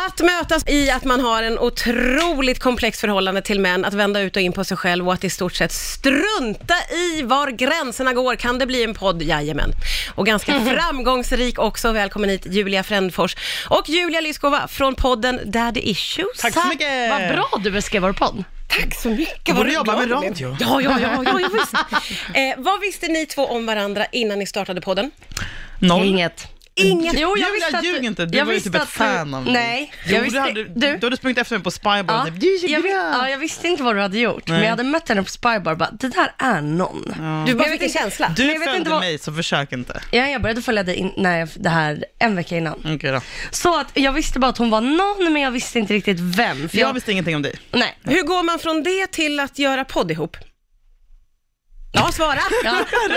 Att mötas i att man har en otroligt komplex förhållande till män, att vända ut och in på sig själv och att i stort sett strunta i var gränserna går. Kan det bli en podd? Jajamän. Och ganska framgångsrik också. Välkommen hit Julia Frändfors och Julia Lyskova från podden Daddy Issues. Tack så mycket. Vad bra du beskrev vår podd. Tack så mycket. Borde jobba med radio. Ja, jag visste. Vad visste ni två om varandra innan ni startade podden? Noll. Inget. Inget. Jo, jag Julia, visste att ljug inte. Du var ju typ ett fan av mig. Nej, Jo, jag visste, du hade sprungit efter mig på Spybar. Ja, jag visste inte vad du hade gjort. Men jag hade mött henne på Spybar och bara, det där är någon. Ja. Du bara fick en känsla. Du jag vet följde inte vad... mig, så försök inte. Ja, jag började följa dig det här en vecka innan. Okej då. Så att jag visste bara att hon var någon, men jag visste inte riktigt vem. För jag visste ingenting om dig. Nej. Hur går man från det till att göra podd ihop? Ja, svara. Ja.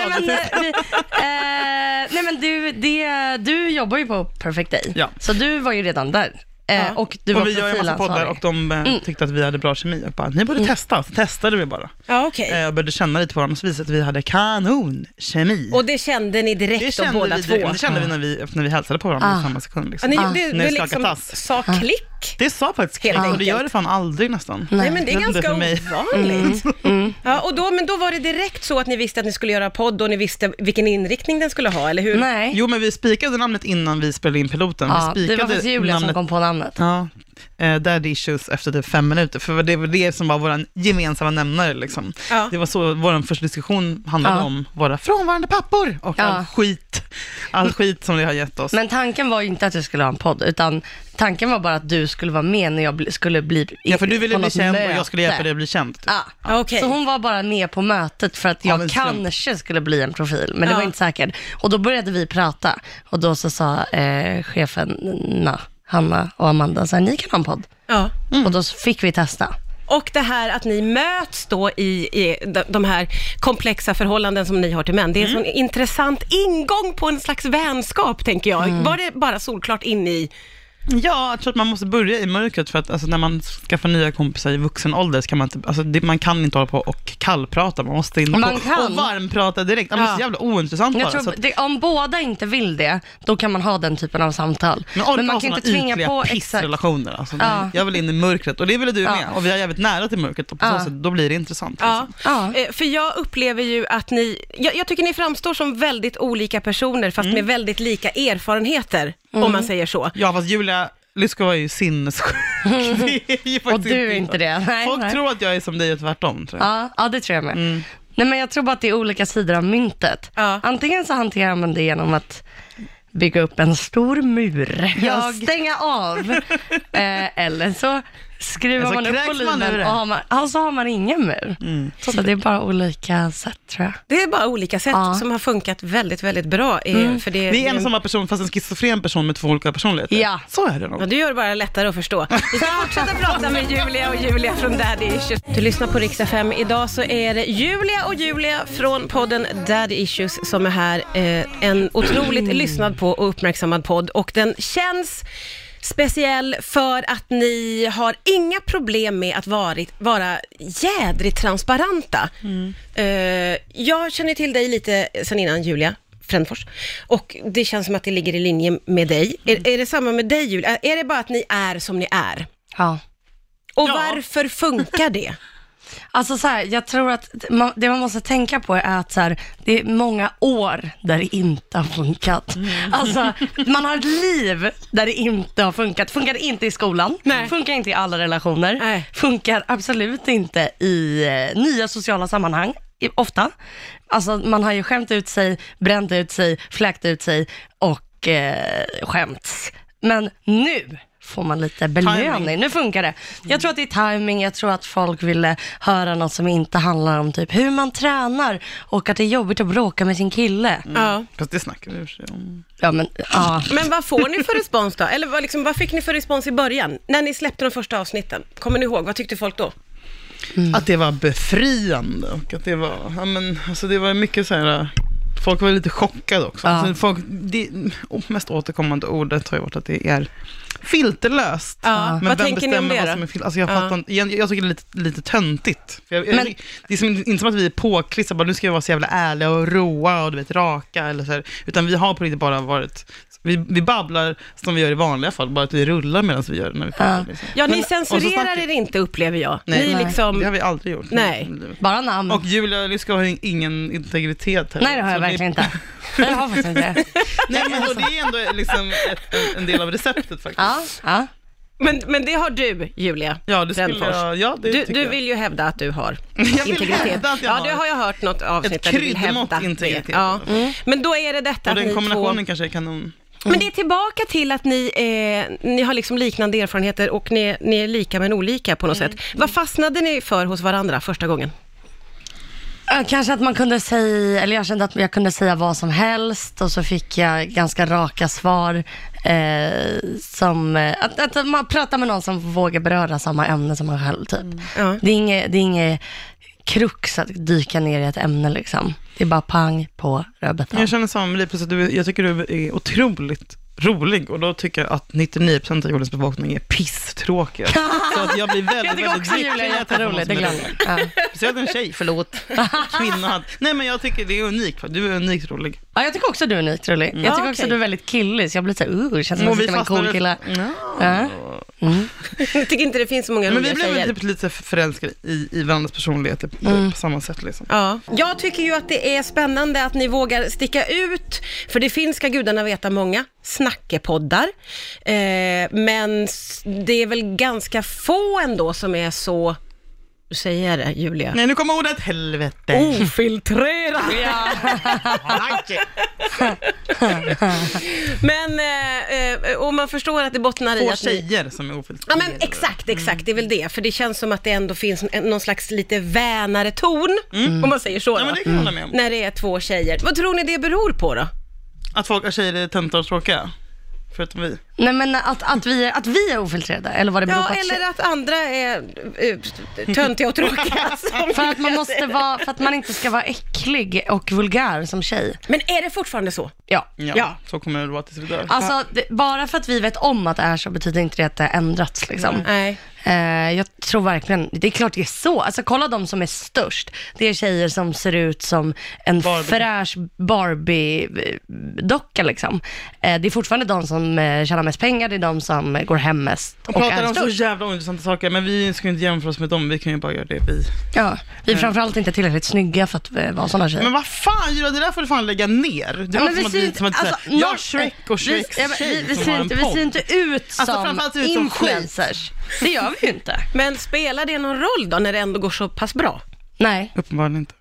Nej men du jobbar ju på Perfect Day. Ja. Så du var ju redan där. Och du var vi gör ju en massa poddar och de tyckte att vi hade bra kemi och bara, ni borde testa. Så testade vi bara. Ja, okej. Jag började känna lite på varandra och så visade att vi hade kanonkemi. Och det kände ni direkt av båda två? Det kände vi när vi hälsade på varandra i samma sekund. Liksom. Det liksom sa klick. Det sa faktiskt klick, och det gör det fan aldrig nästan. Nej, men det är ganska ovanligt. Ja, men då var det direkt så att ni visste att ni skulle göra podd och ni visste vilken inriktning den skulle ha, eller hur? Nej. Jo, men vi spikade namnet innan vi spelade in piloten. Ja, vi det var faktiskt Julia som kom på namnet. Ja, Daddy Issues efter typ 5 minuter. För det var det som var vår gemensamma nämnare liksom. Ja. Det var så vår första diskussion handlade om våra frånvarande pappor och all skit som det har gett oss. Men tanken var ju inte att du skulle ha en podd, utan tanken var bara att du skulle vara med när jag skulle bli för du ville bli känd och jag skulle hjälpa dig att bli känd. Typ. Ja. Okay. Så hon var bara med på mötet för att jag kanske skulle bli en profil, men det var inte säkert. Och då började vi prata och då så sa cheferna Hanna och Amanda så här, ni kan ha en podd. Ja. Och då fick vi testa. Och det här att ni möts då i de här komplexa förhållanden som ni har till män. Det är en sån intressant ingång på en slags vänskap, tänker jag. Var det bara solklart in i... Ja, jag tror att man måste börja i mörkret för att alltså, när man skaffar nya kompisar i vuxen ålder så kan man inte, alltså, man kan inte hålla på och kallprata, man måste in och varmprata direkt. Det är så jävla ointressant bara. Jag tror, om båda inte vill det, då kan man ha den typen av samtal. Men man kan inte tvinga på pissrelationer. Alltså, jag vill in i mörkret och det vill du med. Och vi är jävligt nära till mörkret och på så sätt, då blir det intressant. Liksom. För jag upplever ju att ni, jag tycker ni framstår som väldigt olika personer fast med väldigt lika erfarenheter, om man säger så. Ja, fast Julia Lyskova är ju sinnessjuk. Och du är inte det. Nej, folk tror att jag är som dig och tvärtom, tror jag. Ja, det tror jag med. Nej, men jag tror bara att det är olika sidor av myntet. Antingen så hanterar man det genom att bygga upp en stor mur och stänga av. Eller så skruvar man upp volymen och så har man ingen mur. Så det är bara olika sätt, tror jag. Det är bara olika sätt som har funkat väldigt, väldigt bra. För det, vi är en samma person fast en schizofren person med 2 olika personligheter. Ja. Så är det nog. Ja, det gör det bara lättare att förstå. Vi ska fortsätta prata med Julia från Daddy Issues. Du lyssnar på Rix FM. Idag så är det Julia från podden Daddy Issues som är här. En otroligt lyssnad på och uppmärksammad podd. Och den känns speciell för att ni har inga problem med att vara jädrigt transparenta. Jag känner till dig lite sen innan, Julia Frändfors, och det känns som att det ligger i linje med dig. Är det samma med dig, Julia? Är det bara att ni är som ni är? Ja. Och varför funkar det? Alltså så här, jag tror att det man måste tänka på är att så här, det är många år där det inte har funkat. Alltså, man har ett liv där det inte har funkat. Funkar inte i skolan, funkar inte i alla relationer, funkar absolut inte i nya sociala sammanhang, ofta. Alltså, man har ju skämt ut sig, bränt ut sig, fläkt ut sig och skämts. Men nu får man lite belöning. Nu funkar det. Jag tror att det är timing. Jag tror att folk ville höra något som inte handlar om typ hur man tränar och att det är jobbigt att bråka med sin kille. Fast det snackar vi om. Men vad får ni för respons då? Eller vad fick ni för respons i början? När ni släppte de första avsnitten? Kommer ni ihåg? Vad tyckte folk då? Att det var befriande och att det var, det var mycket så här. folk var lite chockade också. Alltså, det mest återkommande ordet har ju varit att det är filterlöst. Men vad tänker ni om det då? Alltså jag tycker det är lite töntigt. Det är inte som att vi är påklistade, bara nu ska vi vara så jävla ärliga och roa och du vet, raka eller så här, utan vi har på riktigt bara varit vi babblar som vi gör i vanliga fall, bara att vi rullar medan vi gör det när vi pratar. Liksom. Ja, ni censurerar er inte, upplever jag. Nej, ni liksom... det har vi aldrig gjort. Nej, bara namn. Och Julia Lyska har ingen integritet heller. Nej, det har jag verkligen inte. Det har faktiskt inte. Nej, men det är ändå liksom en del av receptet faktiskt. Ja. Men det har du, Julia. Ja, det skulle jag. Du vill ju hävda att du har integritet. Ja, det har jag hört något avsnitt där du vill hävda integritet. Det. Ja. Men då är det detta och att den kombinationen kanske är kanon. Men det är tillbaka till att ni har liksom liknande erfarenheter och ni är lika men olika på något sätt. Vad fastnade ni för hos varandra första gången? Kanske att man kunde säga, eller jag kände att jag kunde säga vad som helst och så fick jag ganska raka svar. Som att man pratar med någon som vågar beröra samma ämne som man själv typ. Det är inget krux att dyka ner i ett ämne liksom. Det är bara pang på rödbetan. Jag känner samma med dig, jag tycker du är otroligt rolig och då tycker jag att 99% av jordens befolkning är pisstråkiga. Så att jag blir väldigt Julia är jätterolig, det glömmer jag. Speciellt en tjej, kvinna. Nej, men jag tycker det är unikt, du är unikt rolig. Ja, jag tycker också du är unikt rolig. Jag tycker också du är väldigt killig, så jag blir så här, känns som att jag är en cool kille. Jag tycker inte det finns så många roliga tjejer. Men vi blev typ lite förälskade i varandras personligheter på samma sätt liksom. Ja. Jag tycker ju att det är spännande att ni vågar sticka ut, för det finns, ska gudarna veta, många snackepoddar. Men det är väl ganska få ändå som är så... Du säger det, Julia. Nej, nu kommer ordet helvete. Ofiltrera. Ja. Men och man förstår att det bottnar i få att tjejer som är ofiltrerade. Ja, men exakt, det är väl det. För det känns som att det ändå finns någon slags lite vänare ton, om man säger så. Ja, men det kan jag hålla med om. När det är två tjejer. Vad tror ni det beror på då? Att folk är tjejer är töntar och tråkiga. Förutom vi. Nej, men att vi är ofiltrerade, eller vad det beror på? Eller att andra är töntiga och tråkiga. För att man inte ska vara äcklig och vulgär som tjej. Men är det fortfarande så? Ja, så kommer det vara tills vi dör. Alltså, bara för att vi vet om att det är så betyder inte det att det har ändrats liksom. Nej. Jag tror verkligen, det är klart det är så. Alltså kolla de som är störst. Det är tjejer som ser ut som en fräsch Barbie-docka liksom. Det är fortfarande de som tjänar mest pengar, det är de som går hem mest och pratar är om störst. Så jävla intressanta saker, men vi ska inte jämföra oss med dem, vi kan ju bara göra det vi. Ja, vi är framförallt inte tillräckligt snygga för att vara sådana tjejer. Men vad fan, Julia, det där får du fan lägga ner. Det var som att jag Shrek och Shreks tjej vi ser inte ut som influencers. Det gör vi ju inte. Men spelar det någon roll då när det ändå går så pass bra? Nej. Uppenbarligen inte.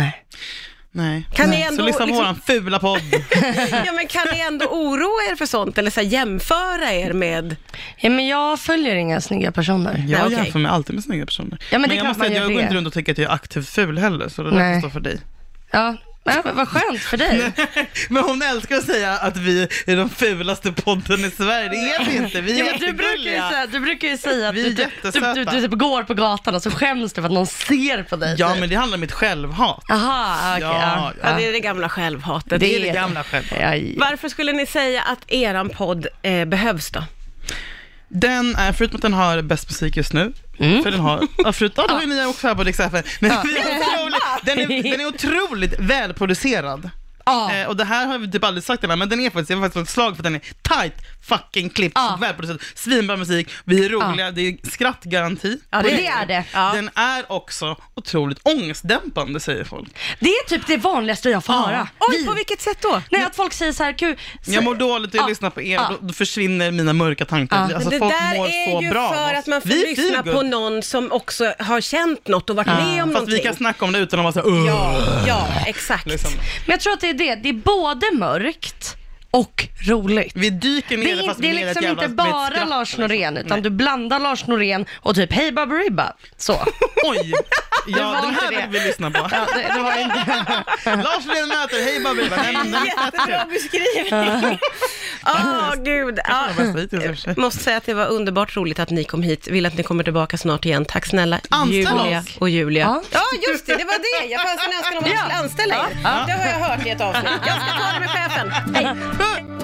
Nej. Kan ni ändå, så lyssna på våran fula podd. Ja, men kan ni ändå oroa er för sånt eller så här, jämföra er med... Ja, men jag följer inga snygga personer. Jag jämför mig alltid med snygga personer. Ja, men jag måste säga att jag går inte runt och tycker att jag är aktivt ful heller, så det där står för dig. Ja. Men vad skönt för dig. Men hon älskar att säga att vi är de fulaste podden i Sverige. Det är vi inte, vi är jättegulliga. Du brukar ju säga att du typ går på gatan och så skäms du för att någon ser på dig. Ja, men det handlar om mitt självhat. Aha, okej. Ja, det är det gamla självhatet. Det är det gamla självhatet. Varför skulle ni säga att eran podd behövs då? Den är, förutom att den har bäst musik just nu, för den har, förutom då har ni också här på Rix FM, men den är otroligt välproducerad. Och det här har vi typ aldrig sagt, men den är faktiskt ett slag för att den är tight fucking klippt, välproducerad, svinbra musik, vi är roliga, det är skrattgaranti. Ja, det är det. Den är också otroligt ångestdämpande, säger folk. Det är typ det vanligaste jag får höra. Oj, på vilket sätt då? Nej, att folk säger så här, jag mår dåligt och jag lyssnar på er, då försvinner mina mörka tankar. Alltså, det folk där mår är så ju bra för att man får lyssna på någon som också har känt något och varit med om någonting. Fast vi kan snacka om det utan att vara så ja, exakt. Liksom. Men jag tror att det är både mörkt och roligt. Vi dyker ner det är liksom inte bara Lars Norén, utan du blandar Lars Norén och typ Hej Baberiba. Så. Oj, den här vill vi lyssna på. Det var inte. Lars Norén möter Hej Baberiba. Jättebra beskrivning. Gud. Måste säga att det var underbart roligt att ni kom hit. Vill att ni kommer tillbaka snart igen. Tack snälla Julia och Julia. Ja, just det var det. Jag fanns en önskan om att jag skulle anställa er. Det har jag hört i ett avsnitt. Jag ska ta det med chefen. Hej.